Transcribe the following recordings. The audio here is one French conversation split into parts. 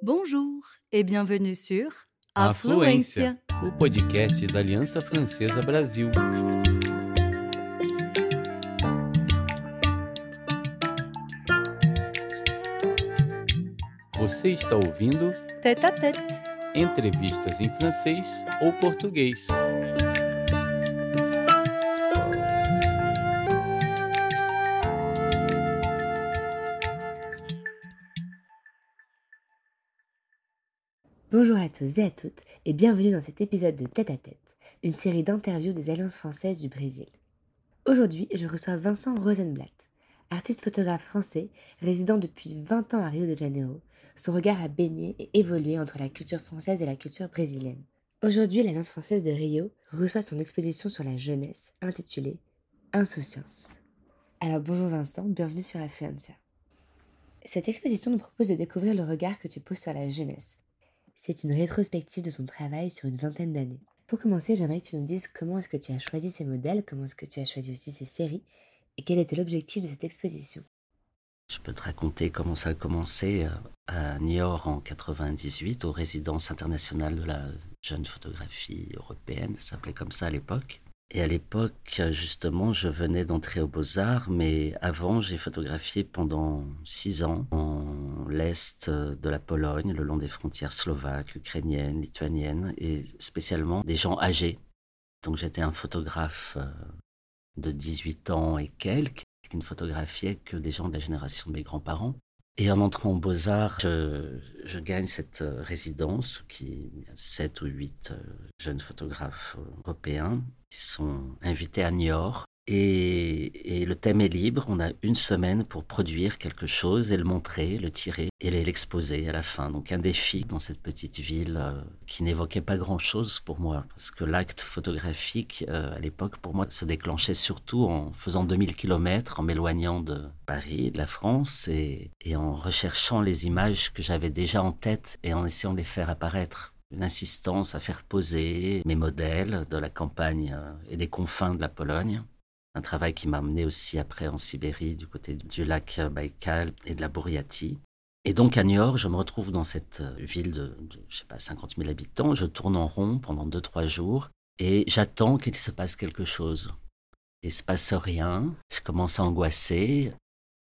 Bonjour et bienvenue sur Afluência, Afluência. o podcast da Aliança Francesa Brasil. Você está ouvindo Tête à tête. entrevistas em francês ou português. Bonjour à tous et à toutes et bienvenue dans cet épisode de Tête à Tête, une série d'interviews des Alliances françaises du Brésil. Aujourd'hui, je reçois Vincent Rosenblatt, artiste photographe français résidant depuis 20 ans à Rio de Janeiro. Son regard a baigné et évolué entre la culture française et la culture brésilienne. Aujourd'hui, l'Alliance française de Rio reçoit son exposition sur la jeunesse intitulée Insouciance. Alors bonjour Vincent, bienvenue sur Afluência. Cette exposition nous propose de découvrir le regard que tu poses sur la jeunesse. C'est une rétrospective de ton travail sur une vingtaine d'années. Pour commencer, j'aimerais que tu nous dises comment est-ce que tu as choisi ces modèles, comment est-ce que tu as choisi aussi ces séries, et quel était l'objectif de cette exposition. Je peux te raconter comment ça a commencé à Niort en 98, aux résidences internationales de la jeune photographie européenne, ça s'appelait comme ça à l'époque. Et à l'époque, justement, je venais d'entrer aux Beaux-Arts, mais avant, j'ai photographié pendant 6 ans en l'est de la Pologne, le long des frontières slovaques, ukrainiennes, lituaniennes, et spécialement des gens âgés. Donc j'étais un photographe de 18 ans et quelques, qui ne photographiait que des gens de la génération de mes grands-parents. Et en entrant aux Beaux-Arts, je gagne cette résidence qui a 7 ou 8 jeunes photographes européens qui sont invités à Niort. Et le thème est libre, on a 1 semaine pour produire quelque chose et le montrer, le tirer et l'exposer à la fin. Donc un défi dans cette petite ville qui n'évoquait pas grand-chose pour moi. Parce que l'acte photographique, à l'époque, pour moi, se déclenchait surtout en faisant 2000 kilomètres, en m'éloignant de Paris, de la France, et en recherchant les images que j'avais déjà en tête et en essayant de les faire apparaître. Une insistance à faire poser mes modèles de la campagne et des confins de la Pologne. Un travail qui m'a amené aussi après en Sibérie, du côté du lac Baïkal et de la Bouriatie. Et donc à Niort, je me retrouve dans cette ville de je sais pas, 50 000 habitants. Je tourne en rond pendant 2-3 jours et j'attends qu'il se passe quelque chose. Il ne se passe rien, je commence à angoisser.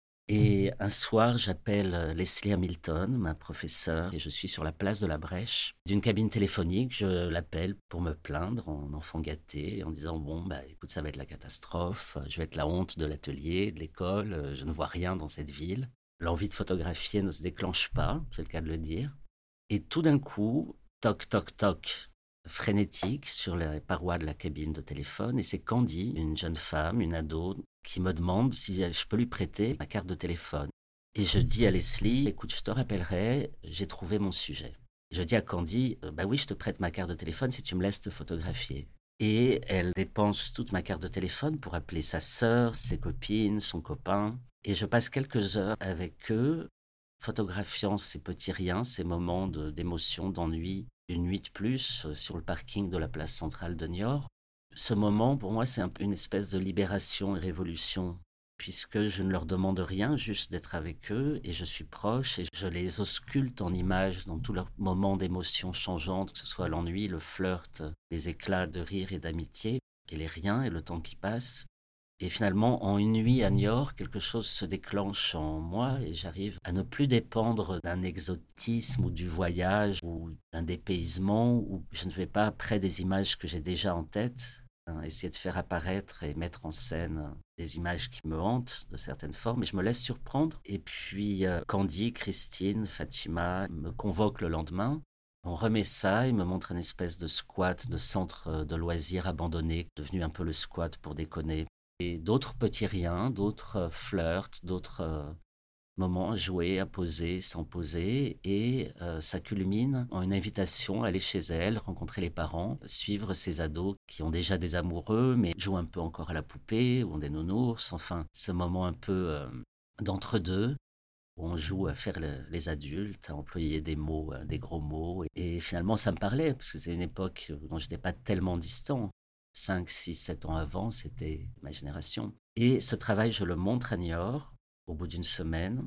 Et un soir, j'appelle Leslie Hamilton, ma professeure, et je suis sur la place de la Brèche. D'une cabine téléphonique, je l'appelle pour me plaindre en enfant gâté, en disant « Bon, écoute, ça va être la catastrophe, je vais être la honte de l'atelier, de l'école, je ne vois rien dans cette ville. » L'envie de photographier ne se déclenche pas, c'est le cas de le dire. Et tout d'un coup, toc, toc, toc, frénétique sur les parois de la cabine de téléphone, et c'est Candy, une jeune femme, une ado, qui me demande si je peux lui prêter ma carte de téléphone. Et je dis à Leslie, écoute, je te rappellerai, j'ai trouvé mon sujet. Je dis à Candy, oui, je te prête ma carte de téléphone si tu me laisses te photographier. Et elle dépense toute ma carte de téléphone pour appeler sa sœur, ses copines, son copain. Et je passe quelques heures avec eux, photographiant ces petits riens, ces moments d'émotion, d'ennui, une nuit de plus sur le parking de la place centrale de Niort. Ce moment, pour moi, c'est un peu une espèce de libération et révolution, puisque je ne leur demande rien, juste d'être avec eux, et je suis proche, et je les ausculte en images dans tous leurs moments d'émotion changeantes, que ce soit l'ennui, le flirt, les éclats de rire et d'amitié, et les riens, et le temps qui passe. Et finalement, en une nuit à Niort, quelque chose se déclenche en moi et j'arrive à ne plus dépendre d'un exotisme ou du voyage ou d'un dépaysement où je ne vais pas près des images que j'ai déjà en tête, essayer de faire apparaître et mettre en scène des images qui me hantent de certaines formes et je me laisse surprendre. Et puis Candy, Christine, Fatima me convoquent le lendemain. On remet ça, il me montre une espèce de squat, de centre de loisirs abandonné, devenu un peu le squat pour déconner. Et d'autres petits riens, d'autres flirts, d'autres moments à jouer, à poser, sans poser. Et ça culmine en une invitation à aller chez elle, rencontrer les parents, suivre ces ados qui ont déjà des amoureux, mais jouent un peu encore à la poupée, ou ont des nounours. Enfin, ce moment un peu d'entre-deux, où on joue à faire les adultes, à employer des mots, des gros mots. Et finalement, ça me parlait, parce que c'est une époque dont je n'étais pas tellement distant. 5, 6, 7 ans avant, c'était ma génération. Et ce travail, je le montre à Niort au bout d'1 semaine.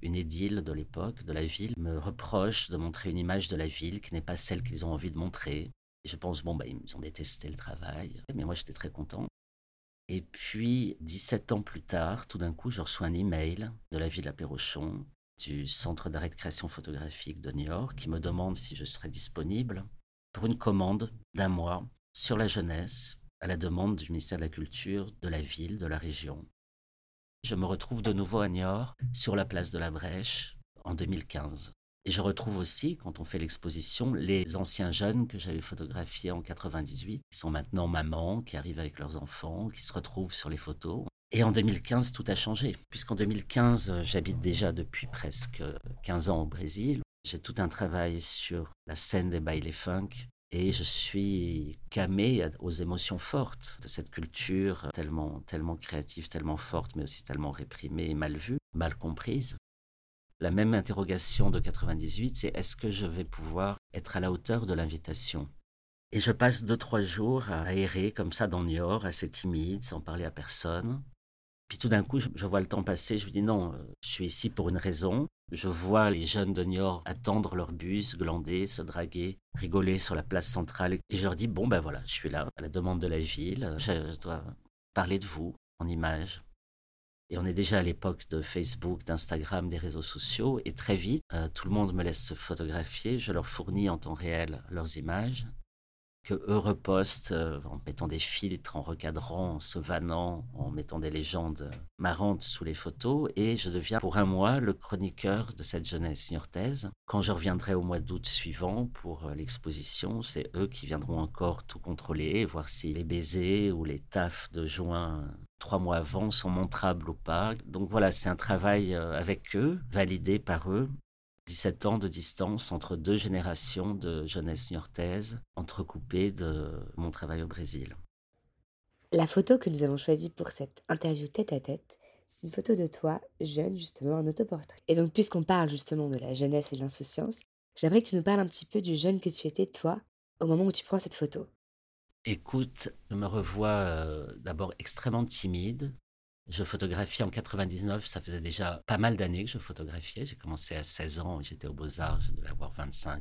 une édile de l'époque, de la ville, me reproche de montrer une image de la ville qui n'est pas celle qu'ils ont envie de montrer. Et je pense, bon, ils ont détesté le travail, mais moi j'étais très content. Et puis, 17 ans plus tard, tout d'un coup, je reçois un email de la ville à Pérochon, du Centre d'arrêt de création photographique de New York, qui me demande si je serais disponible pour une commande d'1 mois sur la jeunesse, à la demande du ministère de la Culture, de la ville, de la région. Je me retrouve de nouveau à Niort, sur la place de la Brèche, en 2015. Et je retrouve aussi, quand on fait l'exposition, les anciens jeunes que j'avais photographiés en 98, qui sont maintenant mamans, qui arrivent avec leurs enfants, qui se retrouvent sur les photos. Et en 2015, tout a changé, puisqu'en 2015, j'habite déjà depuis presque 15 ans au Brésil. J'ai tout un travail sur la scène des bailes funk, et je suis camé aux émotions fortes de cette culture tellement, tellement créative, tellement forte, mais aussi tellement réprimée et mal vue, mal comprise. La même interrogation de 98, c'est est-ce que je vais pouvoir être à la hauteur de l'invitation? Et je passe 2-3 jours à errer comme ça dans Niort, assez timide, sans parler à personne. Puis tout d'un coup, je vois le temps passer, je me dis non, je suis ici pour une raison. Je vois les jeunes de Niort attendre leur bus, glander, se draguer, rigoler sur la place centrale. Et je leur dis, bon ben voilà, je suis là, à la demande de la ville, je dois parler de vous en images. Et on est déjà à l'époque de Facebook, d'Instagram, des réseaux sociaux. Et très vite, tout le monde me laisse se photographier. Je leur fournis en temps réel leurs images, que eux repostent en mettant des filtres, en recadrant, en se vannant, en mettant des légendes marrantes sous les photos. Et je deviens pour 1 mois le chroniqueur de cette jeunesse niortaise. Quand je reviendrai au mois d'août suivant pour l'exposition, c'est eux qui viendront encore tout contrôler, voir si les baisers ou les taffes de juin 3 mois avant sont montrables ou pas. Donc voilà, c'est un travail avec eux, validé par eux. 17 ans de distance entre 2 générations de jeunesse niortaise, entrecoupées de mon travail au Brésil. La photo que nous avons choisie pour cette interview tête-à-tête, c'est une photo de toi, jeune justement, un autoportrait. Et donc puisqu'on parle justement de la jeunesse et de l'insouciance, j'aimerais que tu nous parles un petit peu du jeune que tu étais, toi, au moment où tu prends cette photo. Écoute, je me revois d'abord extrêmement timide. Je photographiais en 99, ça faisait déjà pas mal d'années que je photographiais. J'ai commencé à 16 ans, j'étais aux Beaux-Arts, je devais avoir 25,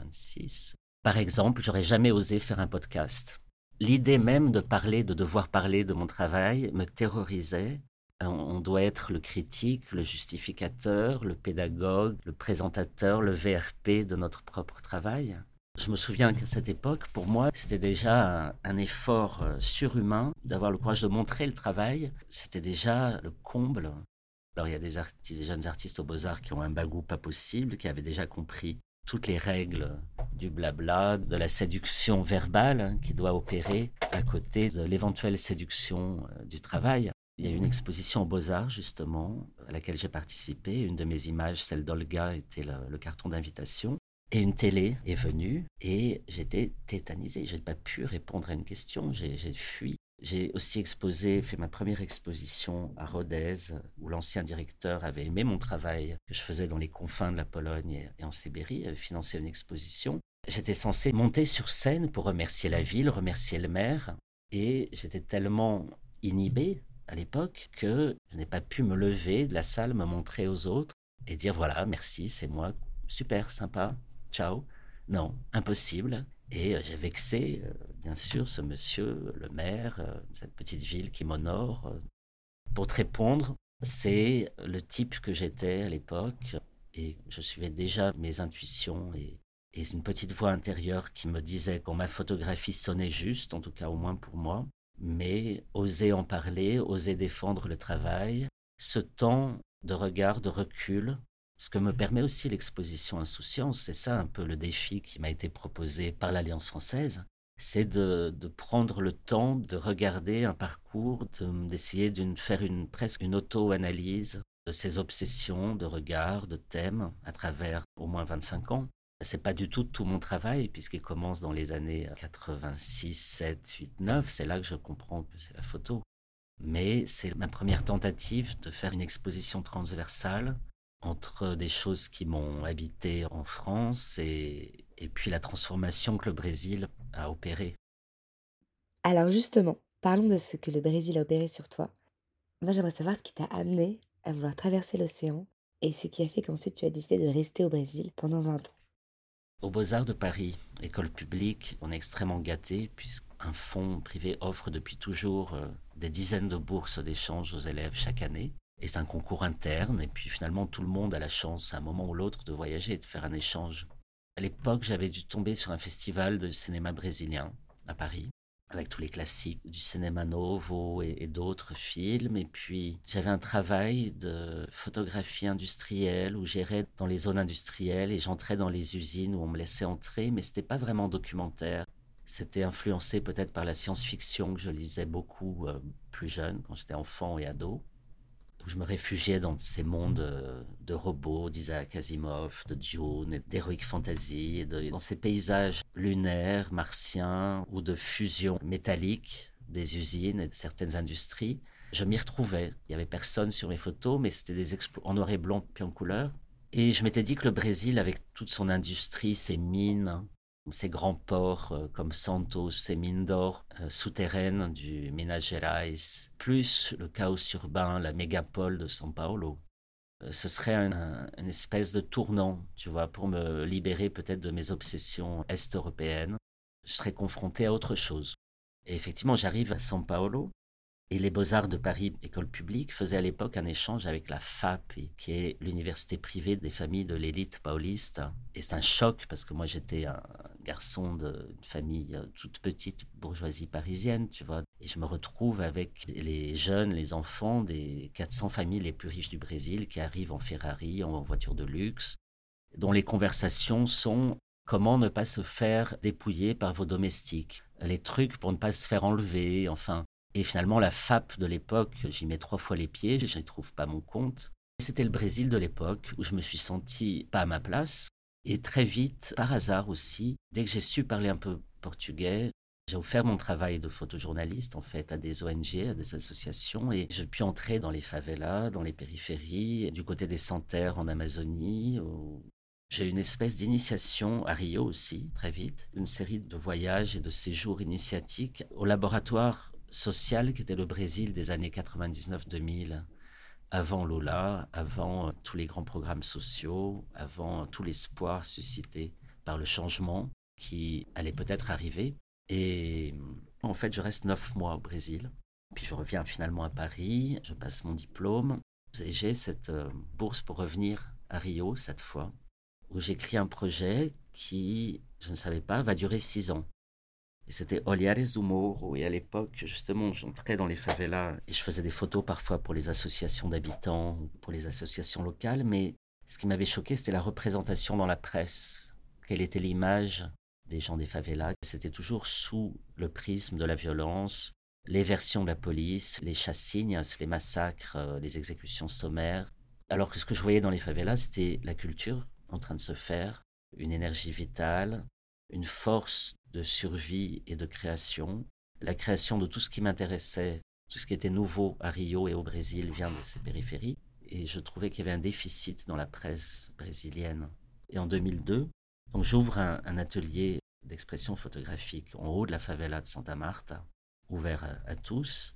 26. Par exemple, j'aurais jamais osé faire un podcast. L'idée même de parler, de devoir parler de mon travail me terrorisait. On doit être le critique, le justificateur, le pédagogue, le présentateur, le VRP de notre propre travail. Je me souviens qu'à cette époque, pour moi, c'était déjà un effort surhumain d'avoir le courage de montrer le travail. C'était déjà le comble. Alors, il y a des jeunes artistes aux Beaux-Arts qui ont un bagou pas possible, qui avaient déjà compris toutes les règles du blabla, de la séduction verbale qui doit opérer à côté de l'éventuelle séduction du travail. Il y a eu une exposition aux Beaux-Arts, justement, à laquelle j'ai participé. Une de mes images, celle d'Olga, était le carton d'invitation. Et une télé est venue et j'étais tétanisé. Je n'ai pas pu répondre à une question, j'ai fui. J'ai aussi fait ma première exposition à Rodez, où l'ancien directeur avait aimé mon travail que je faisais dans les confins de la Pologne et en Sibérie, avait financé une exposition. J'étais censé monter sur scène pour remercier la ville, remercier le maire, et j'étais tellement inhibé à l'époque que je n'ai pas pu me lever de la salle, me montrer aux autres et dire voilà, merci, c'est moi, super, sympa. Ciao. Non, impossible. Et j'ai vexé, bien sûr, ce monsieur, le maire, cette petite ville qui m'honore. Pour te répondre, c'est le type que j'étais à l'époque et je suivais déjà mes intuitions et une petite voix intérieure qui me disait que ma photographie sonnait juste, en tout cas au moins pour moi, mais oser en parler, oser défendre le travail, ce temps de regard, de recul, ce que me permet aussi l'exposition Insouciance, c'est ça un peu le défi qui m'a été proposé par l'Alliance française, c'est de prendre le temps de regarder un parcours, d'essayer de faire presque une auto-analyse de ses obsessions, de regards, de thèmes à travers au moins 25 ans. C'est pas du tout mon travail, puisqu'il commence dans les années 86, 7, 8, 9. C'est là que je comprends que c'est la photo. Mais c'est ma première tentative de faire une exposition transversale entre des choses qui m'ont habité en France et puis la transformation que le Brésil a opérée. Alors justement, parlons de ce que le Brésil a opéré sur toi. Moi, j'aimerais savoir ce qui t'a amené à vouloir traverser l'océan et ce qui a fait qu'ensuite tu as décidé de rester au Brésil pendant 20 ans. Aux Beaux-Arts de Paris, école publique, on est extrêmement gâté puisqu'un fonds privé offre depuis toujours des dizaines de bourses d'échange aux élèves chaque année. Et c'est un concours interne et puis finalement tout le monde a la chance à un moment ou l'autre de voyager et de faire un échange. À l'époque, j'avais dû tomber sur un festival de cinéma brésilien à Paris, avec tous les classiques du cinéma novo et d'autres films. Et puis, j'avais un travail de photographie industrielle où j'irais dans les zones industrielles et j'entrais dans les usines où on me laissait entrer, mais c'était pas vraiment documentaire. C'était influencé peut-être par la science-fiction que je lisais beaucoup plus jeune, quand j'étais enfant et ado, où je me réfugiais dans ces mondes de robots, d'Isaac Asimov, de Dune, et d'Heroic Fantasy, dans ces paysages lunaires, martiens, ou de fusion métallique des usines et de certaines industries. Je m'y retrouvais. Il n'y avait personne sur mes photos, mais c'était des explos en noir et blanc puis en couleur. Et je m'étais dit que le Brésil, avec toute son industrie, ses mines, ces grands ports comme Santos, ces mines d'or souterraines du Minas Gerais, plus le chaos urbain, la mégapole de São Paulo, ce serait une espèce de tournant, tu vois, pour me libérer peut-être de mes obsessions est-européennes. Je serais confronté à autre chose. Et effectivement, j'arrive à São Paulo, et les Beaux-Arts de Paris, école publique, faisaient à l'époque un échange avec la FAP, qui est l'université privée des familles de l'élite pauliste. Et c'est un choc parce que moi j'étais un garçon d'une famille toute petite, bourgeoisie parisienne, tu vois. Et je me retrouve avec les jeunes, les enfants des 400 familles les plus riches du Brésil qui arrivent en Ferrari, en voiture de luxe, dont les conversations sont: comment ne pas se faire dépouiller par vos domestiques, les trucs pour ne pas se faire enlever, enfin. Et finalement, la FAP de l'époque, j'y mets 3 fois les pieds, je n'y trouve pas mon compte. C'était le Brésil de l'époque où je me suis senti pas à ma place. Et très vite, par hasard aussi, dès que j'ai su parler un peu portugais, j'ai offert mon travail de photojournaliste en fait à des ONG, à des associations, et j'ai pu entrer dans les favelas, dans les périphéries, du côté des Sans-Terre en Amazonie. J'ai eu une espèce d'initiation à Rio aussi, très vite, une série de voyages et de séjours initiatiques au laboratoire social qui était le Brésil des années 99-2000, avant Lula, avant tous les grands programmes sociaux, avant tout l'espoir suscité par le changement qui allait peut-être arriver. Et en fait, je reste 9 mois au Brésil. Puis je reviens finalement à Paris, je passe mon diplôme et j'ai cette bourse pour revenir à Rio cette fois, où j'écris un projet qui, je ne savais pas, va durer 6 ans. Et c'était Olhares do Morro. Et à l'époque, justement, j'entrais dans les favelas et je faisais des photos parfois pour les associations d'habitants, pour les associations locales. Mais ce qui m'avait choqué, c'était la représentation dans la presse. Quelle était l'image des gens des favelas? C'était toujours sous le prisme de la violence, les versions de la police, les chassignes, les massacres, les exécutions sommaires. Alors que ce que je voyais dans les favelas, c'était la culture en train de se faire, une énergie vitale, une force de survie et de création. La création de tout ce qui m'intéressait, tout ce qui était nouveau à Rio et au Brésil vient de ces périphéries. Et je trouvais qu'il y avait un déficit dans la presse brésilienne. Et en 2002, donc j'ouvre un atelier d'expression photographique en haut de la favela de Santa Marta, ouvert à tous,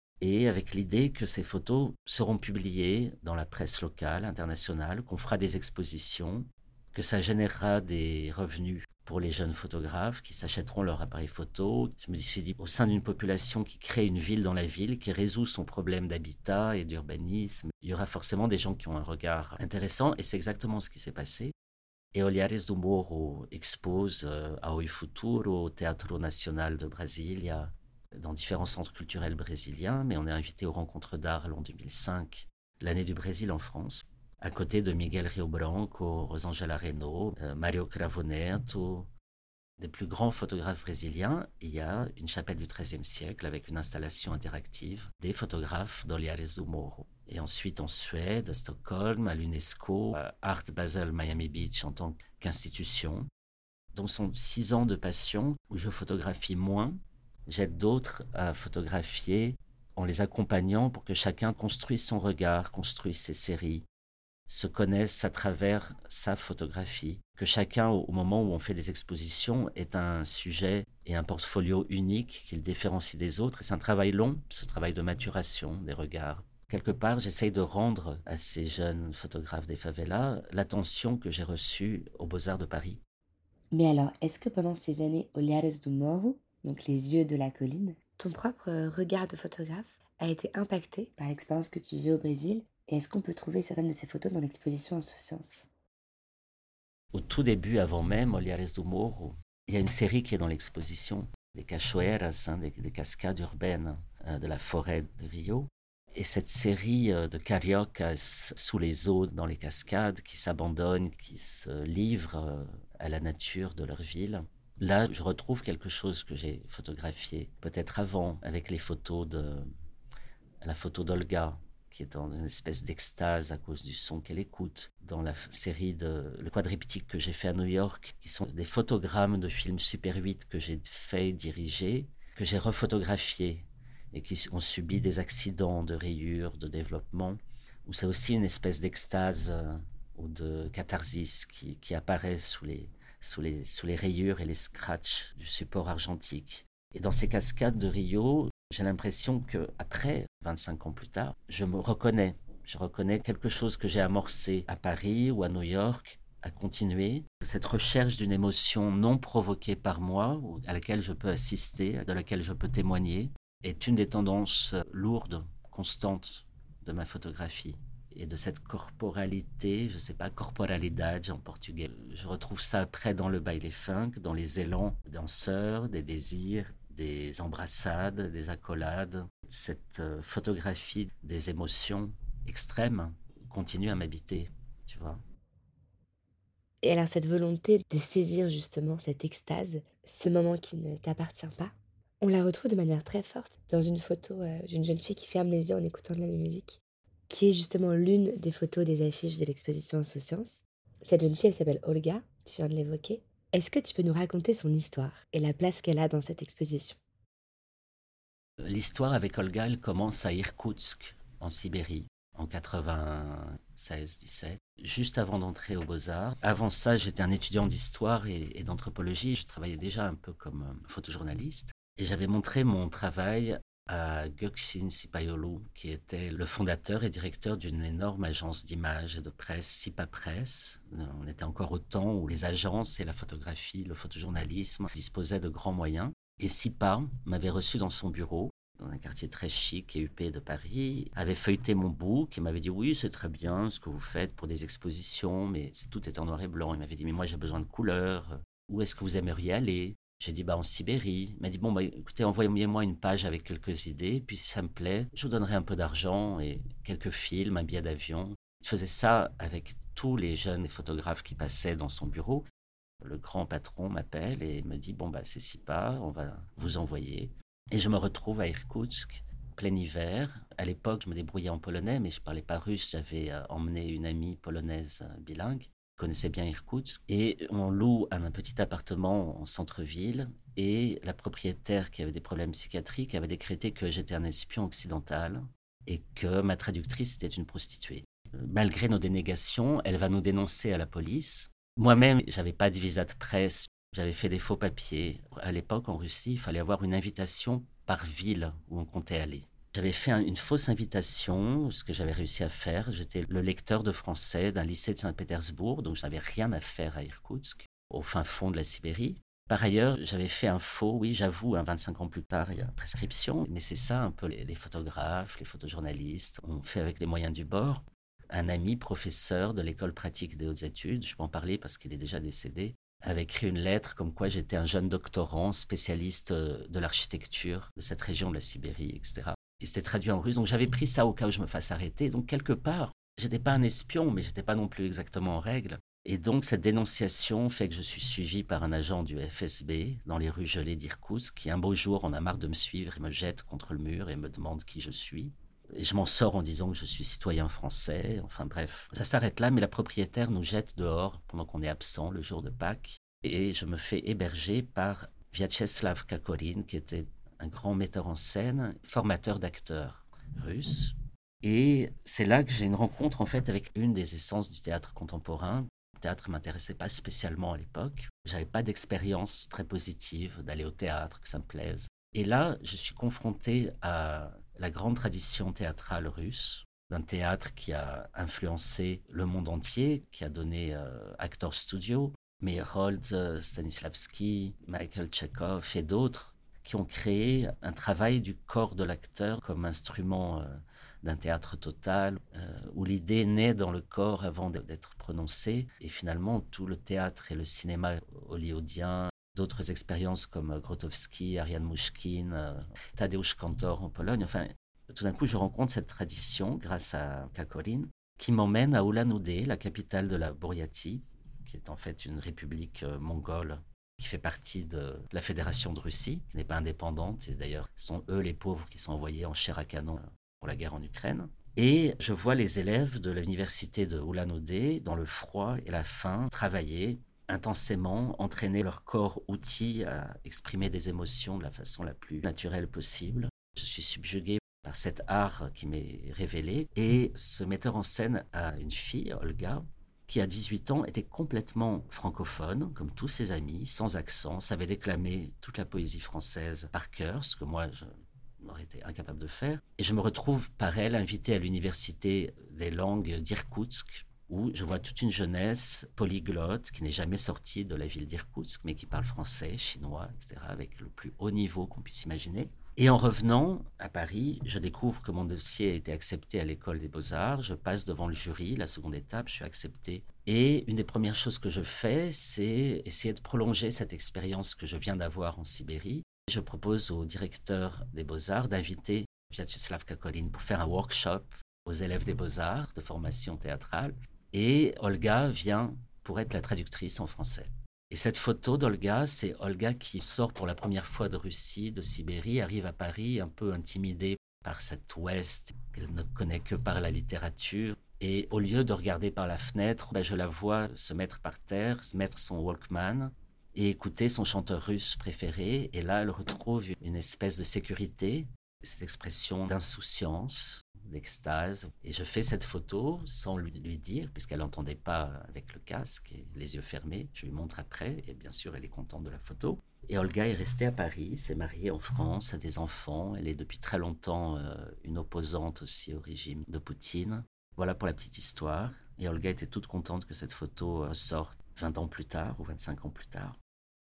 et avec l'idée que ces photos seront publiées dans la presse locale, internationale, qu'on fera des expositions, que ça générera des revenus pour les jeunes photographes qui s'achèteront leur appareil photo. Je me suis dit, au sein d'une population qui crée une ville dans la ville, qui résout son problème d'habitat et d'urbanisme, il y aura forcément des gens qui ont un regard intéressant, et c'est exactement ce qui s'est passé. Et Olhares do Morro expose à Oi Futuro, au Teatro Nacional de Brasilia, dans différents centres culturels brésiliens, mais on est invité aux Rencontres d'Arles en 2005, l'année du Brésil en France, à côté de Miguel Rio Branco, Rosângela Reno, Mario Cravo Neto, des plus grands photographes brésiliens. Il y a une chapelle du XIIIe siècle avec une installation interactive des photographes d'Olhares do Morro. Et ensuite en Suède, à Stockholm, à l'UNESCO, à Art Basel Miami Beach en tant qu'institution. Donc ce sont 6 ans de passion où je photographie moins, j'aide d'autres à photographier en les accompagnant pour que chacun construise son regard, construise ses séries, se connaissent à travers sa photographie, que chacun, au moment où on fait des expositions, ait un sujet et un portfolio unique qui le différencie des autres. Et c'est un travail long, ce travail de maturation des regards, Quelque part, j'essaye de rendre à ces jeunes photographes des favelas l'attention que j'ai reçue aux Beaux-Arts de Paris. Mais alors, est-ce que pendant ces années Olhares do Morro, donc les yeux de la colline, ton propre regard de photographe a été impacté par l'expérience que tu vis au Brésil? Et est-ce qu'on peut trouver certaines de ces photos dans l'exposition Insouciance? Au tout début, avant même Olhares do Morro, il y a une série qui est dans l'exposition, des cachoeiras, des cascades urbaines de la forêt de Rio. Et cette série de cariocas sous les eaux, dans les cascades, qui s'abandonnent, qui se livrent à la nature de leur ville. Là, je retrouve quelque chose que j'ai photographié, peut-être avant, avec la photo d'Olga, qui est dans une espèce d'extase à cause du son qu'elle écoute, dans la série le quadriptyque que j'ai fait à New York, qui sont des photogrammes de films Super 8 que j'ai fait diriger, que j'ai refotographiés et qui ont subi des accidents de rayures, de développement, où c'est aussi une espèce d'extase ou de catharsis qui apparaît sous les rayures et les scratchs du support argentique. Et dans ces cascades de Rio, j'ai l'impression qu'après, 25 ans plus tard, je me reconnais. Je reconnais quelque chose que j'ai amorcé à Paris ou à New York, à continuer. Cette recherche d'une émotion non provoquée par moi, à laquelle je peux assister, de laquelle je peux témoigner, est une des tendances lourdes, constantes de ma photographie. Et de cette corporalité, je ne sais pas, corporalidade en portugais. Je retrouve ça après dans le baile funk, dans les élans danseurs, des désirs, des embrassades, des accolades. Cette photographie des émotions extrêmes continue à m'habiter, tu vois. Et alors cette volonté de saisir justement cette extase, ce moment qui ne t'appartient pas, on la retrouve de manière très forte dans une photo d'une jeune fille qui ferme les yeux en écoutant de la musique, qui est justement l'une des photos des affiches de l'exposition Insouciance. Cette jeune fille, elle s'appelle Olga, tu viens de l'évoquer. Est-ce que tu peux nous raconter son histoire et la place qu'elle a dans cette exposition? L'histoire avec Olga, elle commence à Irkoutsk, en Sibérie, en 96-17, juste avant d'entrer aux Beaux-Arts. Avant ça, j'étais un étudiant d'histoire et d'anthropologie. Je travaillais déjà un peu comme photojournaliste. Et j'avais montré mon travail à Gökçin Sipayoğlu, qui était le fondateur et directeur d'une énorme agence d'images et de presse, Sipa Press. On était encore au temps où les agences et la photographie, le photojournalisme disposaient de grands moyens. Et Sipa m'avait reçu dans son bureau, dans un quartier très chic et huppé de Paris, avait feuilleté mon book et m'avait dit « Oui, c'est très bien ce que vous faites pour des expositions, mais tout est en noir et blanc. » Il m'avait dit « Mais moi, j'ai besoin de couleurs. Où est-ce que vous aimeriez aller ?» J'ai dit, en Sibérie. Il m'a dit, écoutez, envoyez-moi une page avec quelques idées, puis si ça me plaît, je vous donnerai un peu d'argent et quelques films, un billet d'avion. Il faisait ça avec tous les jeunes photographes qui passaient dans son bureau. Le grand patron m'appelle et me dit, c'est Sipa, on va vous envoyer. Et je me retrouve à Irkoutsk, plein hiver. À l'époque, je me débrouillais en polonais, mais je ne parlais pas russe. J'avais emmené une amie polonaise bilingue. Connaissait bien Irkoutsk, et on loue un petit appartement en centre-ville, et la propriétaire qui avait des problèmes psychiatriques avait décrété que j'étais un espion occidental et que ma traductrice était une prostituée. Malgré nos dénégations, elle va nous dénoncer à la police. Moi-même, j'avais pas de visa de presse, j'avais fait des faux papiers. À l'époque, en Russie, il fallait avoir une invitation par ville où on comptait aller. J'avais fait une fausse invitation, ce que j'avais réussi à faire. J'étais le lecteur de français d'un lycée de Saint-Pétersbourg, donc je n'avais rien à faire à Irkoutsk, au fin fond de la Sibérie. Par ailleurs, j'avais fait un faux, oui, j'avoue, 25 ans plus tard, il y a prescription, mais c'est ça un peu les photographes, les photojournalistes, on fait avec les moyens du bord. Un ami professeur de l'école pratique des hautes études, je peux en parler parce qu'il est déjà décédé, avait écrit une lettre comme quoi j'étais un jeune doctorant spécialiste de l'architecture de cette région de la Sibérie, etc. Et c'était traduit en russe, donc j'avais pris ça au cas où je me fasse arrêter. Donc quelque part, j'étais pas un espion, mais j'étais pas non plus exactement en règle. Et donc cette dénonciation fait que je suis suivi par un agent du FSB dans les rues gelées d'Irkoutsk, qui un beau jour en a marre de me suivre et me jette contre le mur et me demande qui je suis. Et je m'en sors en disant que je suis citoyen français, enfin bref. Ça s'arrête là, mais la propriétaire nous jette dehors pendant qu'on est absent le jour de Pâques. Et je me fais héberger par Vyacheslav Kakorin, qui était un grand metteur en scène, formateur d'acteurs russes. Et c'est là que j'ai une rencontre en fait avec une des essences du théâtre contemporain. Le théâtre ne m'intéressait pas spécialement à l'époque. J'avais pas d'expérience très positive d'aller au théâtre, que ça me plaise. Et là, je suis confronté à la grande tradition théâtrale russe, d'un théâtre qui a influencé le monde entier, qui a donné Actors Studio, Meyerhold, Stanislavski, Michael Tchekhov et d'autres, qui ont créé un travail du corps de l'acteur comme instrument d'un théâtre total, où l'idée naît dans le corps avant d'être prononcée. Et finalement, tout le théâtre et le cinéma hollywoodien, d'autres expériences comme Grotowski, Ariane Mouchkine, Tadeusz Kantor en Pologne, enfin, tout d'un coup, je rencontre cette tradition grâce à Kakolin qui m'emmène à Ulan-Ude, la capitale de la Bouriatie, qui est en fait une république mongole qui fait partie de la Fédération de Russie, qui n'est pas indépendante. Et d'ailleurs, ce sont eux les pauvres qui sont envoyés en chair à canon pour la guerre en Ukraine. Et je vois les élèves de l'université de Ulan-Ude, dans le froid et la faim, travailler intensément, entraîner leur corps outil à exprimer des émotions de la façon la plus naturelle possible. Je suis subjugué par cet art qui m'est révélé. Et ce metteur en scène a une fille, Olga, qui à 18 ans était complètement francophone, comme tous ses amis, sans accent, savait déclamer toute la poésie française par cœur, ce que moi je n'aurais été incapable de faire. Et je me retrouve par elle invité à l'université des langues d'Irkoutsk, où je vois toute une jeunesse polyglotte qui n'est jamais sortie de la ville d'Irkoutsk, mais qui parle français, chinois, etc., avec le plus haut niveau qu'on puisse imaginer. Et en revenant à Paris, je découvre que mon dossier a été accepté à l'école des Beaux-Arts. Je passe devant le jury, la seconde étape, je suis accepté. Et une des premières choses que je fais, c'est essayer de prolonger cette expérience que je viens d'avoir en Sibérie. Je propose au directeur des Beaux-Arts d'inviter Vyacheslav Kakolin pour faire un workshop aux élèves des Beaux-Arts de formation théâtrale. Et Olga vient pour être la traductrice en français. Et cette photo d'Olga, c'est Olga qui sort pour la première fois de Russie, de Sibérie, arrive à Paris un peu intimidée par cet Ouest qu'elle ne connaît que par la littérature. Et au lieu de regarder par la fenêtre, je la vois se mettre par terre, se mettre son Walkman et écouter son chanteur russe préféré. Et là, elle retrouve une espèce de sécurité, cette expression d'insouciance, d'extase. Et je fais cette photo sans lui dire, puisqu'elle n'entendait pas avec le casque et les yeux fermés. Je lui montre après, et bien sûr, elle est contente de la photo. Et Olga est restée à Paris, s'est mariée en France, a des enfants. Elle est depuis très longtemps une opposante aussi au régime de Poutine. Voilà pour la petite histoire. Et Olga était toute contente que cette photo sorte 20 ans plus tard ou 25 ans plus tard.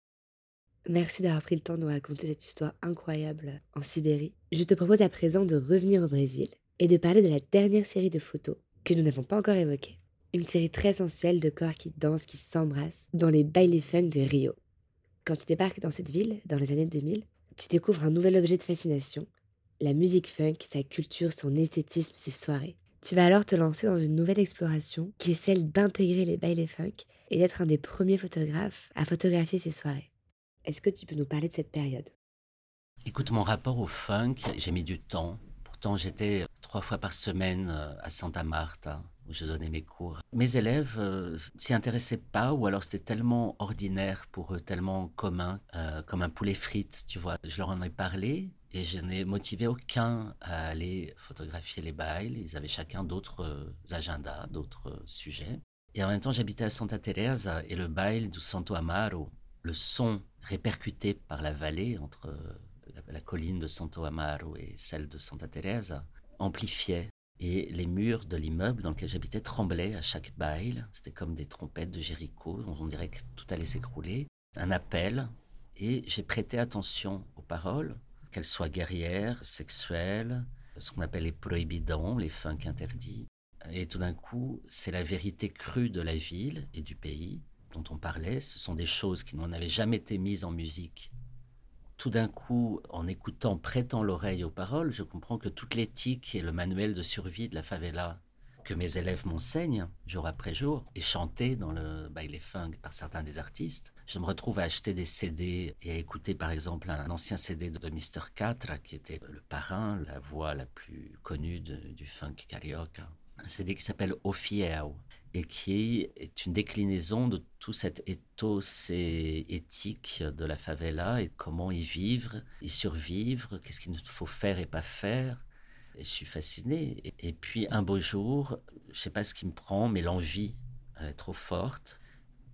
Merci d'avoir pris le temps de nous raconter cette histoire incroyable en Sibérie. Je te propose à présent de revenir au Brésil et de parler de la dernière série de photos que nous n'avons pas encore évoquée. Une série très sensuelle de corps qui dansent, qui s'embrassent dans les bailes funk de Rio. Quand tu débarques dans cette ville, dans les années 2000, tu découvres un nouvel objet de fascination, la musique funk, sa culture, son esthétisme, ses soirées. Tu vas alors te lancer dans une nouvelle exploration qui est celle d'intégrer les bailes funk et d'être un des premiers photographes à photographier ces soirées. Est-ce que tu peux nous parler de cette période ? Écoute, mon rapport au funk, j'ai mis du temps. Pourtant, j'étais 3 fois par semaine à Santa Marta, où je donnais mes cours. Mes élèves s'y intéressaient pas, ou alors c'était tellement ordinaire pour eux, tellement commun, comme un poulet frites, tu vois. Je leur en ai parlé et je n'ai motivé aucun à aller photographier les bailes. Ils avaient chacun d'autres agendas, d'autres sujets. Et en même temps, j'habitais à Santa Teresa et le baile du Santo Amaro, le son répercuté par la vallée entre la colline de Santo Amaro et celle de Santa Teresa amplifiait. Et les murs de l'immeuble dans lequel j'habitais tremblaient à chaque baile. C'était comme des trompettes de Jéricho. On dirait que tout allait s'écrouler. Un appel. Et j'ai prêté attention aux paroles, qu'elles soient guerrières, sexuelles, ce qu'on appelle les prohibidons, les funk interdits. Et tout d'un coup, c'est la vérité crue de la ville et du pays dont on parlait. Ce sont des choses qui n'en avaient jamais été mises en musique. Tout d'un coup, en écoutant, prêtant l'oreille aux paroles, je comprends que toute l'éthique et le manuel de survie de la favela que mes élèves m'enseignent jour après jour est chanté dans le baile funk par certains des artistes. Je me retrouve à acheter des CD et à écouter par exemple un ancien CD de Mr. Catra qui était le parrain, la voix la plus connue du funk carioca. Un CD qui s'appelle O Fiel et qui est une déclinaison de tout cet ethos et éthique de la favela et comment y vivre, y survivre, qu'est-ce qu'il faut faire et pas faire. Et je suis fasciné. Et puis un beau jour, je ne sais pas ce qui me prend, mais l'envie est trop forte.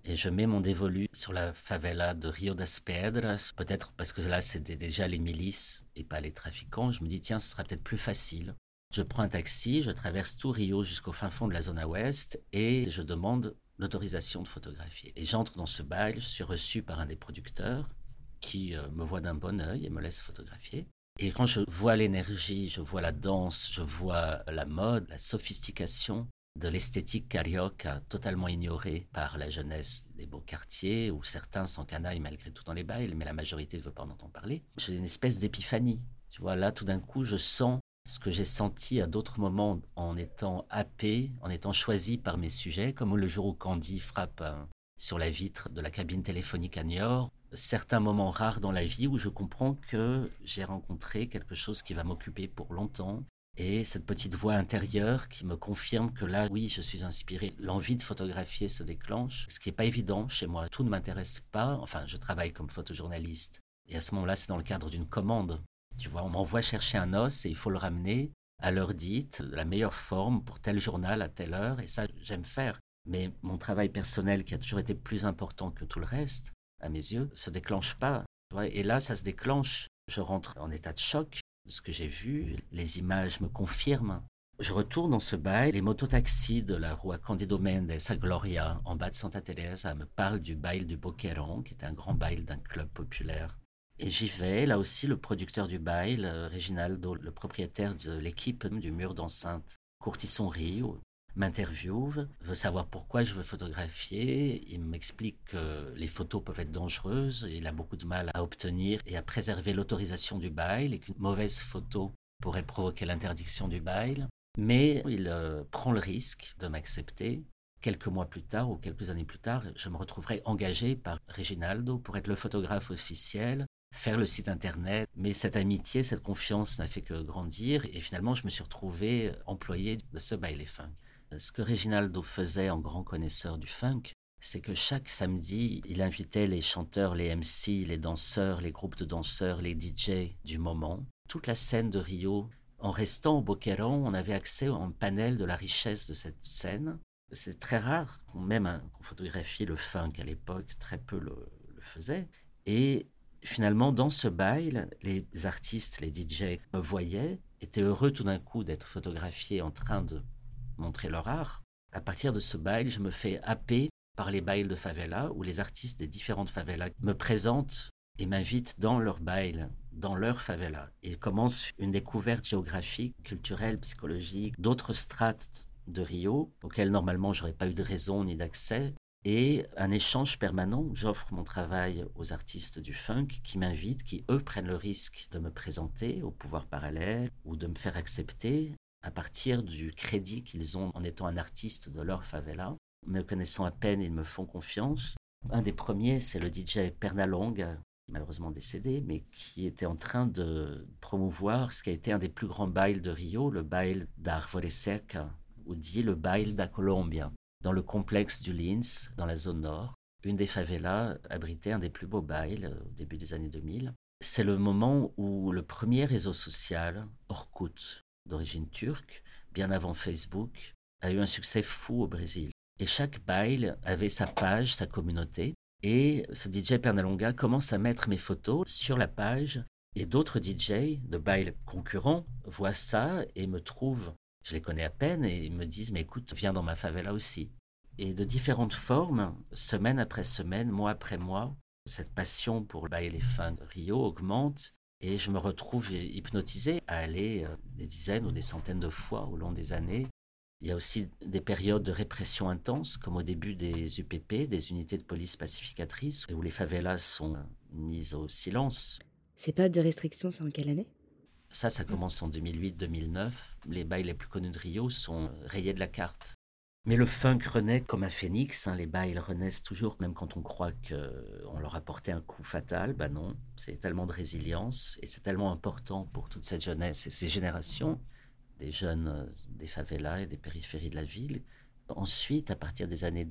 et je mets mon dévolu sur la favela de Rio das Pedras, peut-être parce que là c'était déjà les milices et pas les trafiquants. Je me dis tiens, ce sera peut-être plus facile. Je prends un taxi, je traverse tout Rio jusqu'au fin fond de la zone ouest et je demande l'autorisation de photographier. Et j'entre dans ce bail, je suis reçu par un des producteurs qui me voit d'un bon œil et me laisse photographier. Et quand je vois l'énergie, je vois la danse, je vois la mode, la sophistication de l'esthétique carioca totalement ignorée par la jeunesse des beaux quartiers, où certains s'encanaillent malgré tout dans les bails, mais la majorité ne veut pas en entendre parler. J'ai une espèce d'épiphanie. Tu vois, là, tout d'un coup, je sens ce que j'ai senti à d'autres moments en étant happé, en étant choisi par mes sujets, comme le jour où Candy frappe sur la vitre de la cabine téléphonique à Niort. Certains moments rares dans la vie où je comprends que j'ai rencontré quelque chose qui va m'occuper pour longtemps. Et cette petite voix intérieure qui me confirme que là, oui, je suis inspiré. L'envie de photographier se déclenche, ce qui n'est pas évident chez moi. Tout ne m'intéresse pas. Enfin, je travaille comme photojournaliste. Et à ce moment-là, c'est dans le cadre d'une commande. Tu vois, on m'envoie chercher un os et il faut le ramener à l'heure dite, la meilleure forme pour tel journal à telle heure. Et ça, j'aime faire. Mais mon travail personnel, qui a toujours été plus important que tout le reste, à mes yeux, se déclenche pas. Tu vois, et là, ça se déclenche. Je rentre en état de choc de ce que j'ai vu. Les images me confirment. Je retourne dans ce bail. Les mototaxis de la rue Candido Mendes à Gloria, en bas de Santa Teresa, me parlent du bail du Boqueirão, qui était un grand bail d'un club populaire. Et j'y vais, là aussi le producteur du bail, Reginaldo, le propriétaire de l'équipe du mur d'enceinte, Curtição Rio, m'interviewe, veut savoir pourquoi je veux photographier. Il m'explique que les photos peuvent être dangereuses, il a beaucoup de mal à obtenir et à préserver l'autorisation du bail et qu'une mauvaise photo pourrait provoquer l'interdiction du bail. Mais il prend le risque de m'accepter. Quelques mois plus tard ou quelques années plus tard, je me retrouverai engagé par Reginaldo pour être le photographe officiel, faire le site internet. Mais cette amitié, cette confiance n'a fait que grandir et finalement je me suis retrouvé employé de ce baile funk. Ce que Reginaldo faisait en grand connaisseur du funk, c'est que chaque samedi, il invitait les chanteurs, les MC, les danseurs, les groupes de danseurs, les DJ du moment, toute la scène de Rio. En restant au Boqueirão, on avait accès à un panel de la richesse de cette scène. C'est très rare qu'on photographie le funk à l'époque, très peu le faisaient. Et finalement, dans ce bail, les artistes, les DJ me voyaient, étaient heureux tout d'un coup d'être photographiés en train de montrer leur art. À partir de ce bail, je me fais happer par les bails de favela où les artistes des différentes favelas me présentent et m'invitent dans leur bail, dans leur favela. Et commence une découverte géographique, culturelle, psychologique, d'autres strates de Rio auxquelles normalement j'aurais pas eu de raison ni d'accès. Et un échange permanent où j'offre mon travail aux artistes du funk qui m'invitent, qui eux prennent le risque de me présenter au pouvoir parallèle ou de me faire accepter à partir du crédit qu'ils ont en étant un artiste de leur favela. Me connaissant à peine, ils me font confiance. Un des premiers, c'est le DJ Pernalonga, malheureusement décédé, mais qui était en train de promouvoir ce qui a été un des plus grands bailes de Rio, le baile d'Arvore Seca, ou dit le baile da Colombia, dans le complexe du Lins, dans la zone nord. Une des favelas abritait un des plus beaux bailes au début des années 2000. C'est le moment où le premier réseau social, Orkut, d'origine turque, bien avant Facebook, a eu un succès fou au Brésil. Et chaque bail avait sa page, sa communauté. Et ce DJ Pernalonga commence à mettre mes photos sur la page. Et d'autres DJ de bail concurrents voient ça et me trouvent, je les connais à peine, et ils me disent « Mais écoute, viens dans ma favela aussi ». Et de différentes formes, semaine après semaine, mois après mois, cette passion pour le bail fin de Rio augmente. Et je me retrouve hypnotisé à aller des dizaines ou des centaines de fois au long des années. Il y a aussi des périodes de répression intense, comme au début des UPP, des unités de police pacificatrices, où les favelas sont mises au silence. Ces périodes de restriction, c'est en quelle année ? Ça commence en 2008-2009. Les bails les plus connus de Rio sont rayés de la carte. Mais le funk renaît comme un phénix, les bails renaissent toujours, même quand on croit qu'on leur a porté un coup fatal. Ben non, c'est tellement de résilience et c'est tellement important pour toute cette jeunesse et ces générations, des jeunes des favelas et des périphéries de la ville. Ensuite, à partir des années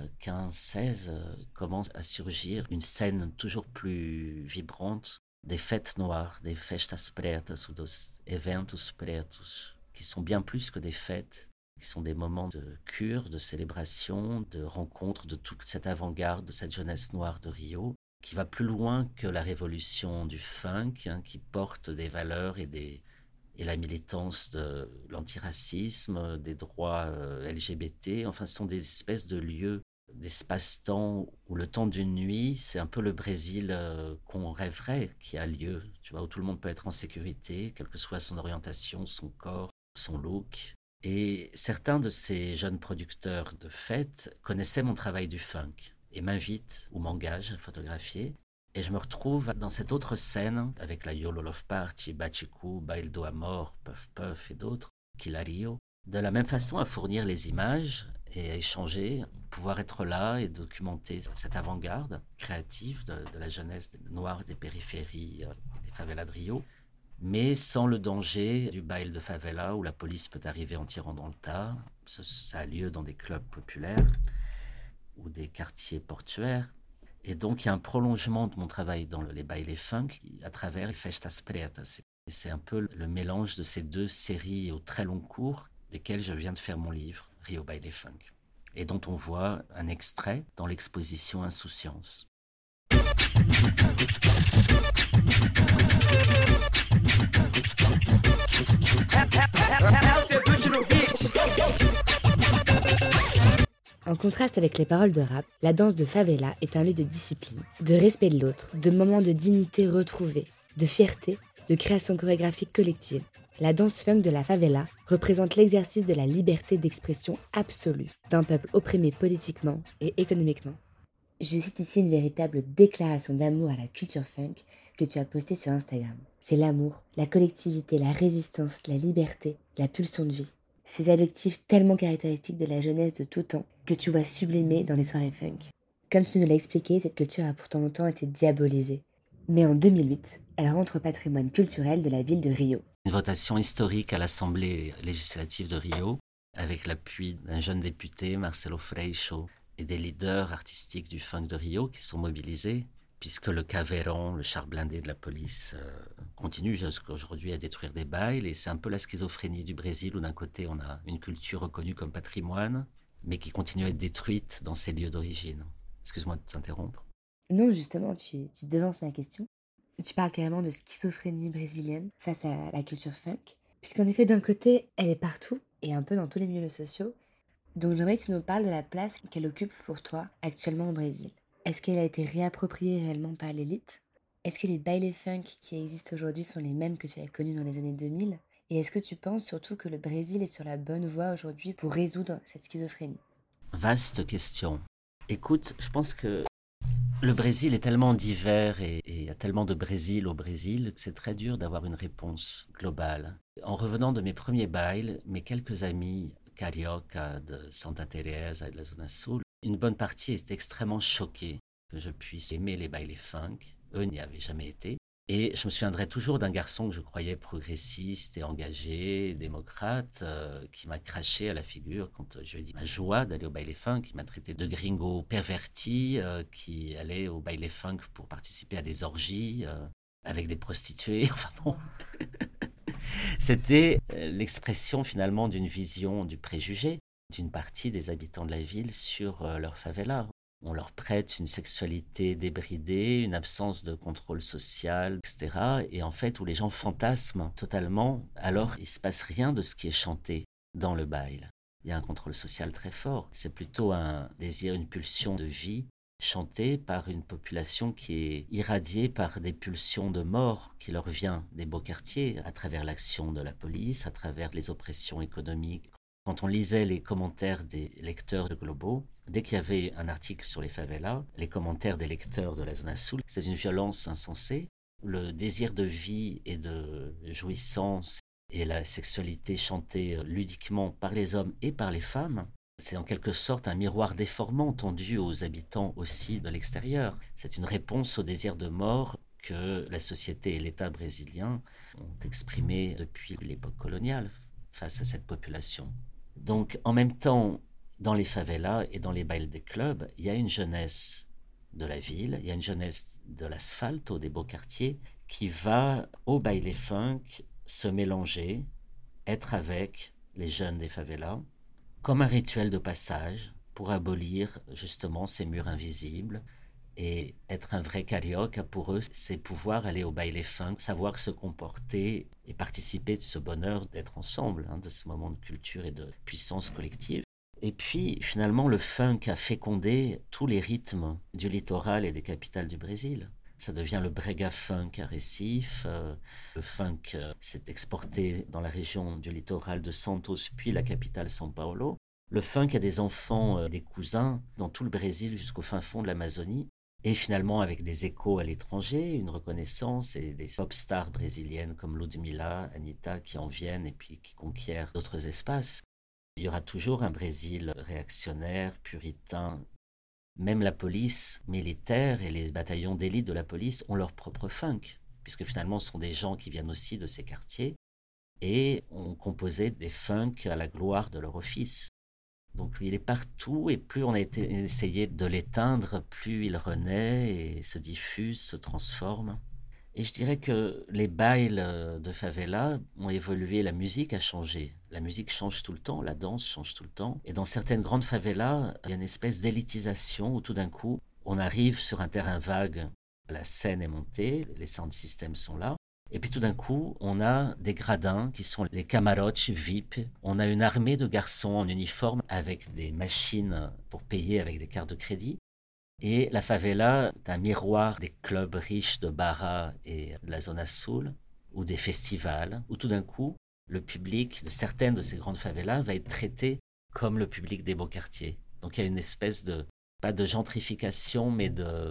2015-16, commence à surgir une scène toujours plus vibrante des fêtes noires, des festas pretas ou dos eventos pretos, qui sont bien plus que des fêtes. qui sont des moments de cure, de célébration, de rencontre de toute cette avant-garde, de cette jeunesse noire de Rio, qui va plus loin que la révolution du funk, qui porte des valeurs et la militance de l'antiracisme, des droits LGBT. Enfin, ce sont des espèces de lieux, d'espace-temps où le temps d'une nuit, c'est un peu le Brésil qu'on rêverait qui a lieu, tu vois, où tout le monde peut être en sécurité, quelle que soit son orientation, son corps, son look. Et certains de ces jeunes producteurs de fêtes connaissaient mon travail du funk et m'invitent ou m'engagent à photographier. Et je me retrouve dans cette autre scène avec la Yolo Love Party, Bachiku, Baile do Amor, Puff Puff et d'autres, Kilario, de la même façon à fournir les images et à échanger, pouvoir être là et documenter cette avant-garde créative de la jeunesse noire des périphéries et des favelas de Rio, mais sans le danger du baile de favela où la police peut arriver en tirant dans le tas. Ça a lieu dans des clubs populaires ou des quartiers portuaires. Et donc, il y a un prolongement de mon travail dans les bailes funk à travers les Festas Pretas. C'est un peu le mélange de ces deux séries au très long cours desquelles je viens de faire mon livre, Rio Baile Funk, et dont on voit un extrait dans l'exposition Insouciance. En contraste avec les paroles de rap, la danse de favela est un lieu de discipline, de respect de l'autre, de moments de dignité retrouvés, de fierté, de création chorégraphique collective. La danse funk de la favela représente l'exercice de la liberté d'expression absolue d'un peuple opprimé politiquement et économiquement. Je cite ici une véritable déclaration d'amour à la culture funk que tu as postée sur Instagram. C'est l'amour, la collectivité, la résistance, la liberté, la pulsion de vie. Ces adjectifs tellement caractéristiques de la jeunesse de tout temps que tu vois sublimés dans les soirées funk. Comme tu nous l'as expliqué, cette culture a pourtant longtemps été diabolisée. Mais en 2008, elle rentre au patrimoine culturel de la ville de Rio. Une votation historique à l'Assemblée législative de Rio, avec l'appui d'un jeune député, Marcelo Freixo, et des leaders artistiques du funk de Rio qui sont mobilisés, puisque le Caveirão, le char blindé de la police, continue jusqu'à aujourd'hui à détruire des bailes. Et c'est un peu la schizophrénie du Brésil, où d'un côté on a une culture reconnue comme patrimoine, mais qui continue à être détruite dans ses lieux d'origine. Excuse-moi de t'interrompre. Non, justement, tu devances ma question. Tu parles carrément de schizophrénie brésilienne face à la culture funk, puisqu'en effet, d'un côté, elle est partout, et un peu dans tous les milieux sociaux. Donc j'aimerais que tu nous parles de la place qu'elle occupe pour toi actuellement au Brésil. Est-ce qu'elle a été réappropriée réellement par l'élite ? Est-ce que les bailes funk qui existent aujourd'hui sont les mêmes que tu as connus dans les années 2000 ? Et est-ce que tu penses surtout que le Brésil est sur la bonne voie aujourd'hui pour résoudre cette schizophrénie ? Vaste question. Écoute, je pense que le Brésil est tellement divers et il y a tellement de Brésil au Brésil que c'est très dur d'avoir une réponse globale. En revenant de mes premiers bailes, mes quelques amis carioca de Santa Teresa et de la Zona Sul, une bonne partie était extrêmement choquée que je puisse aimer les bailes funk. Eux n'y avaient jamais été. Et je me souviendrai toujours d'un garçon que je croyais progressiste et engagé, démocrate, qui m'a craché à la figure quand je lui ai dit ma joie d'aller au baile funk, qui m'a traité de gringo perverti, qui allait au baile funk pour participer à des orgies avec des prostituées. Enfin bon, c'était l'expression finalement d'une vision du préjugé d'une partie des habitants de la ville sur leur favela. On leur prête une sexualité débridée, une absence de contrôle social, etc. Et en fait, où les gens fantasment totalement, alors il ne se passe rien de ce qui est chanté dans le bail. Il y a un contrôle social très fort. C'est plutôt un désir, une pulsion de vie chantée par une population qui est irradiée par des pulsions de mort qui leur vient des beaux quartiers, à travers l'action de la police, à travers les oppressions économiques. Quand on lisait les commentaires des lecteurs de Globo, dès qu'il y avait un article sur les favelas, les commentaires des lecteurs de la Zona Sul, c'est une violence insensée. Le désir de vie et de jouissance et la sexualité chantée ludiquement par les hommes et par les femmes, c'est en quelque sorte un miroir déformant tendu aux habitants aussi de l'extérieur. C'est une réponse au désir de mort que la société et l'État brésilien ont exprimé depuis l'époque coloniale face à cette population. Donc, en même temps, dans les favelas et dans les bailes des clubs, il y a une jeunesse de la ville, il y a une jeunesse de l'asphalte, des beaux quartiers, qui va au baile funk se mélanger, être avec les jeunes des favelas, comme un rituel de passage pour abolir justement ces murs invisibles. Et être un vrai carioca, pour eux, c'est pouvoir aller au baile funk, savoir se comporter et participer de ce bonheur d'être ensemble, de ce moment de culture et de puissance collective. Et puis, finalement, le funk a fécondé tous les rythmes du littoral et des capitales du Brésil. Ça devient le brega funk à Recife. Le funk s'est exporté dans la région du littoral de Santos, puis la capitale São Paulo. Le funk a des enfants, des cousins dans tout le Brésil jusqu'au fin fond de l'Amazonie. Et finalement, avec des échos à l'étranger, une reconnaissance et des pop stars brésiliennes comme Ludmilla, Anitta qui en viennent et puis qui conquièrent d'autres espaces. Il y aura toujours un Brésil réactionnaire, puritain. Même la police militaire et les bataillons d'élite de la police ont leur propre funk, puisque finalement ce sont des gens qui viennent aussi de ces quartiers et ont composé des funks à la gloire de leur office. Donc il est partout et plus on a essayé de l'éteindre, plus il renaît et se diffuse, se transforme. Et je dirais que les bailes de favela ont évolué, la musique a changé. La musique change tout le temps, la danse change tout le temps. Et dans certaines grandes favelas, il y a une espèce d'élitisation où tout d'un coup, on arrive sur un terrain vague, la scène est montée, les sound systems sont là. Et puis tout d'un coup, on a des gradins qui sont les camarotes VIP. On a une armée de garçons en uniforme avec des machines pour payer avec des cartes de crédit. Et la favela est un miroir des clubs riches de Barra et de la zone Azul, ou des festivals, où tout d'un coup, le public de certaines de ces grandes favelas va être traité comme le public des beaux quartiers. Donc il y a une espèce de, pas de gentrification, mais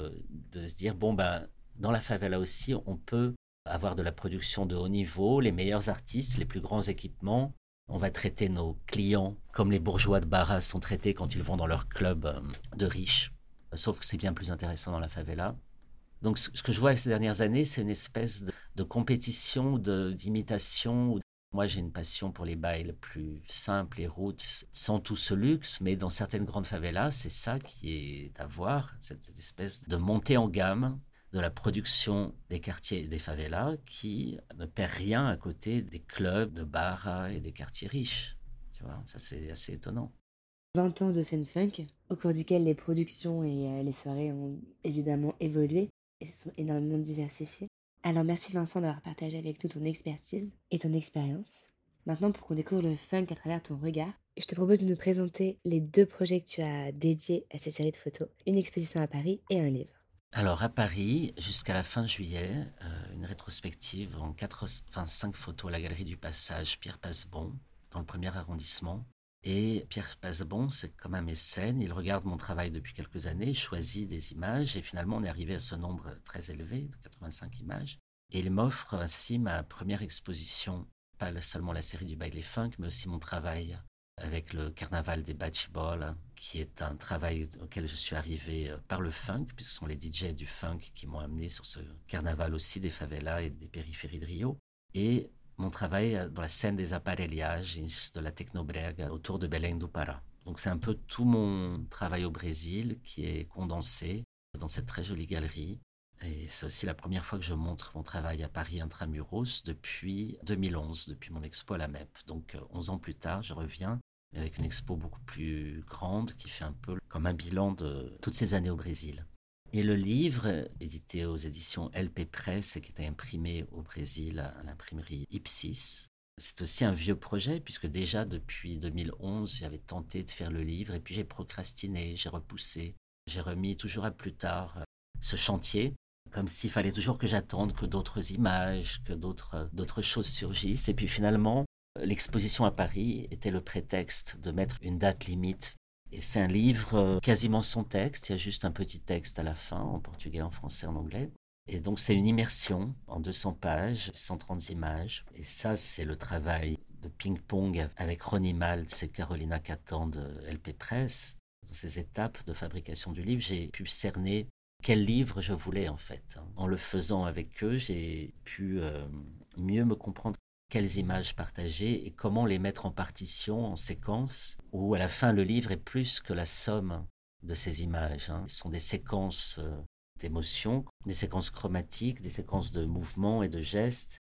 de se dire, bon ben, dans la favela aussi, on peut avoir de la production de haut niveau, les meilleurs artistes, les plus grands équipements. On va traiter nos clients comme les bourgeois de Barra sont traités quand ils vont dans leur club de riches. Sauf que c'est bien plus intéressant dans la favela. Donc ce que je vois ces dernières années, c'est une espèce de compétition, d'imitation. Moi, j'ai une passion pour les bailes plus simples, les routes, sans tout ce luxe, mais dans certaines grandes favelas, c'est ça qui est à voir, cette espèce de montée en gamme de la production des quartiers et des favelas qui ne perd rien à côté des clubs de Barra et des quartiers riches. Tu vois, ça c'est assez étonnant. 20 ans de scène funk, au cours duquel les productions et les soirées ont évidemment évolué et se sont énormément diversifiées. Alors merci Vincent d'avoir partagé avec nous ton expertise et ton expérience. Maintenant, pour qu'on découvre le funk à travers ton regard, je te propose de nous présenter les 2 projets que tu as dédiés à ces séries de photos, une exposition à Paris et un livre. Alors à Paris, jusqu'à la fin juillet, une rétrospective en 85 photos à la Galerie du Passage Pierre Passebon, dans le 1er arrondissement. Et Pierre Passebon, c'est comme un mécène, il regarde mon travail depuis quelques années, choisit des images, et finalement on est arrivé à ce nombre très élevé, de 85 images. Et il m'offre ainsi ma première exposition, pas seulement la série du baile funk, mais aussi mon travail avec le carnaval des Bachibol, qui est un travail auquel je suis arrivé par le funk, puisque ce sont les DJ du funk qui m'ont amené sur ce carnaval aussi des favelas et des périphéries de Rio. Et mon travail dans la scène des appareillages, de la technobrega autour de Belém do Pará. Donc c'est un peu tout mon travail au Brésil qui est condensé dans cette très jolie galerie. Et c'est aussi la première fois que je montre mon travail à Paris Intramuros depuis 2011, depuis mon expo à la MEP. Donc 11 ans plus tard, je reviens avec une expo beaucoup plus grande qui fait un peu comme un bilan de toutes ces années au Brésil. Et le livre, édité aux éditions LP Press et qui était imprimé au Brésil à l'imprimerie Ipsis, c'est aussi un vieux projet puisque déjà depuis 2011, j'avais tenté de faire le livre et puis j'ai procrastiné, j'ai repoussé, j'ai remis toujours à plus tard ce chantier, comme s'il fallait toujours que j'attende que d'autres images, que d'autres choses surgissent. Et puis finalement, l'exposition à Paris était le prétexte de mettre une date limite. Et c'est un livre quasiment sans texte, il y a juste un petit texte à la fin, en portugais, en français, en anglais. Et donc c'est une immersion en 200 pages, 130 images. Et ça, c'est le travail de ping-pong avec Ronnie Maltz et Carolina Catan de LP Press. Dans ces étapes de fabrication du livre, j'ai pu cerner quel livre je voulais en fait. En le faisant avec eux, j'ai pu mieux me comprendre quelles images partager et comment les mettre en partition, en séquence, où à la fin le livre est plus que la somme de ces images. Ce sont des séquences d'émotions, des séquences chromatiques, des séquences de mouvements et de gestes,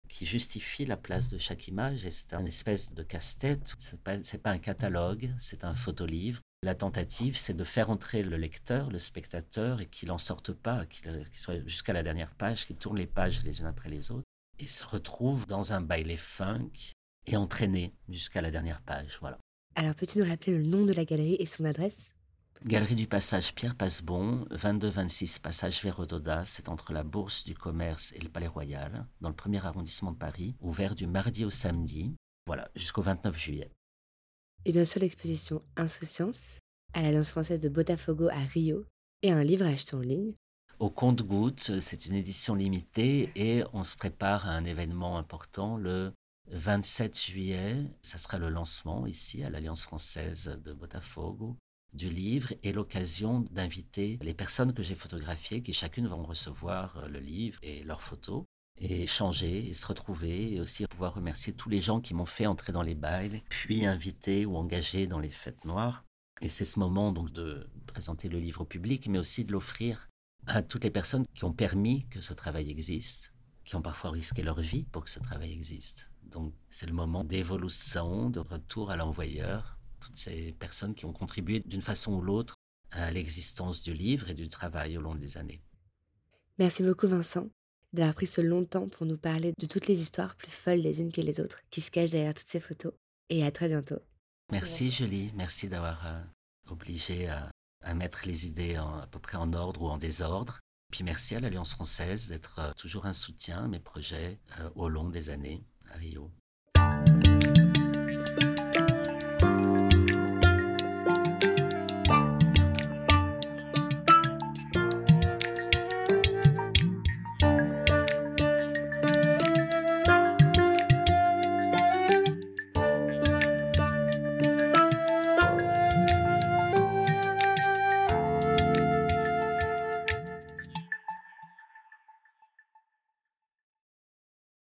qui justifie la place de chaque image, et c'est une espèce de casse-tête. C'est pas un catalogue, c'est un photolivre. La tentative, c'est de faire entrer le lecteur, le spectateur, et qu'il n'en sorte pas, qu'il soit jusqu'à la dernière page, qu'il tourne les pages les unes après les autres, et se retrouve dans un baile funk et entraîné jusqu'à la dernière page. Voilà. Alors, peux-tu nous rappeler le nom de la galerie et son adresse? Galerie du Passage Pierre Passebon, 22-26 Passage Vérododa, c'est entre la Bourse du Commerce et le Palais Royal, dans le 1er arrondissement de Paris, ouvert du mardi au samedi, voilà, jusqu'au 29 juillet. Et bien sûr, l'exposition Insouciance à l'Alliance française de Botafogo à Rio et un livre à acheter en ligne. Au compte-gouttes, c'est une édition limitée et on se prépare à un événement important le 27 juillet. Ça sera le lancement ici à l'Alliance française de Botafogo du livre et l'occasion d'inviter les personnes que j'ai photographiées qui chacune vont recevoir le livre et leurs photos et échanger et se retrouver et aussi pouvoir remercier tous les gens qui m'ont fait entrer dans les bals puis inviter ou engager dans les fêtes noires. Et c'est ce moment donc de présenter le livre au public mais aussi de l'offrir à toutes les personnes qui ont permis que ce travail existe, qui ont parfois risqué leur vie pour que ce travail existe. Donc c'est le moment d'évolution, de retour à l'envoyeur, toutes ces personnes qui ont contribué d'une façon ou l'autre à l'existence du livre et du travail au long des années. Merci beaucoup Vincent d'avoir pris ce long temps pour nous parler de toutes les histoires plus folles les unes que les autres qui se cachent derrière toutes ces photos. Et à très bientôt. Merci Julie, merci d'avoir obligé à mettre les idées à peu près en ordre ou en désordre. Puis merci à l'Alliance française d'être toujours un soutien à mes projets au long des années à Rio.